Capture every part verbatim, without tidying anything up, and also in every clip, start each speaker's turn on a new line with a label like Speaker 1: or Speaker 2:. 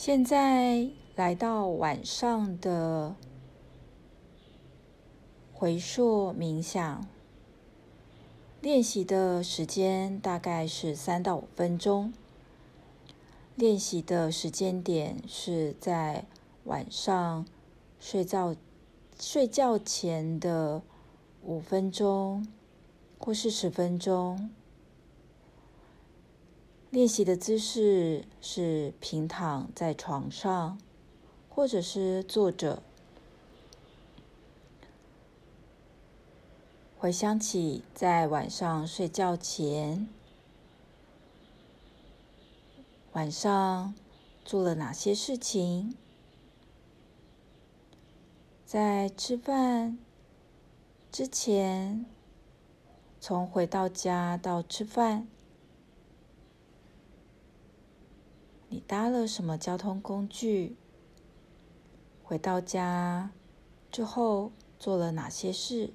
Speaker 1: 现在来到晚上的回溯冥想，练习的时间大概是三到五分钟。练习的时间点是在晚上睡觉睡觉前的五分钟或是十分钟。练习的姿势是平躺在床上，或者是坐着。回想起在晚上睡觉前，晚上做了哪些事情？在吃饭之前，从回到家到吃饭，你搭了什么交通工具？回到家之后做了哪些事？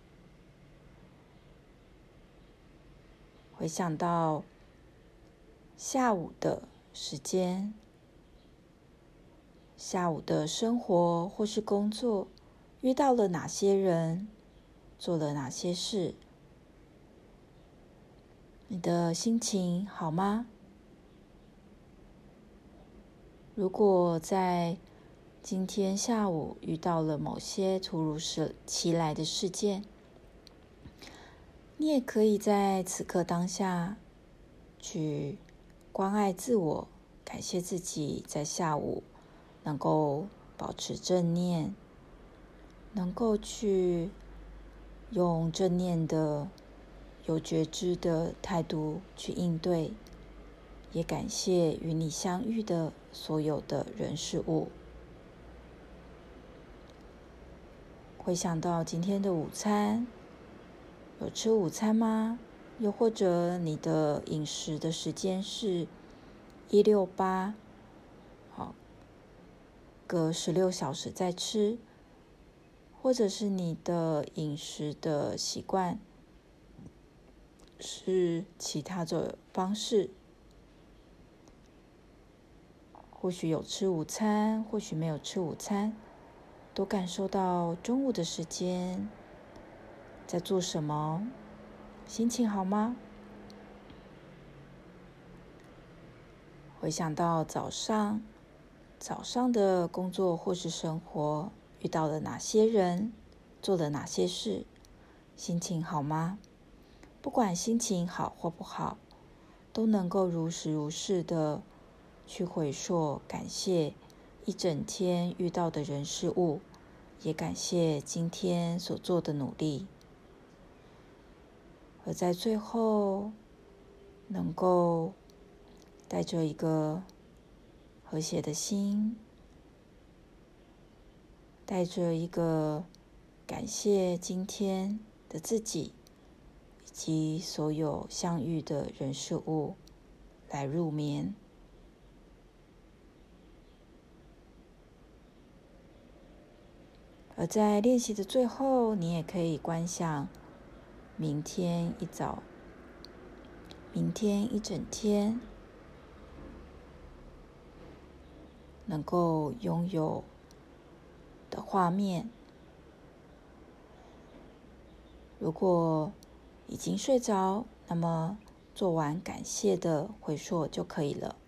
Speaker 1: 回想到下午的时间，下午的生活或是工作，遇到了哪些人，做了哪些事？你的心情好吗？如果在今天下午遇到了某些突如其来的事件，你也可以在此刻当下去关爱自我，感谢自己在下午能够保持正念，能够去用正念的有觉知的态度去应对，也感谢与你相遇的所有的人事物。回想到今天的午餐，有吃午餐吗？又或者你的饮食的时间是一六八，好，隔十六小时再吃，或者是你的饮食的习惯是其他的方式，或许有吃午餐，或许没有吃午餐，都感受到中午的时间在做什么，心情好吗？回想到早上，早上的工作或是生活，遇到了哪些人，做了哪些事，心情好吗？不管心情好或不好，都能够如实如是的去回溯，感谢一整天遇到的人事物，也感谢今天所做的努力。而在最后，能够带着一个和谐的心，带着一个感谢今天的自己，以及所有相遇的人事物来入眠。而在练习的最后，你也可以观想明天一早，明天一整天能够拥有的画面。如果已经睡着，那么做完感谢的回溯就可以了。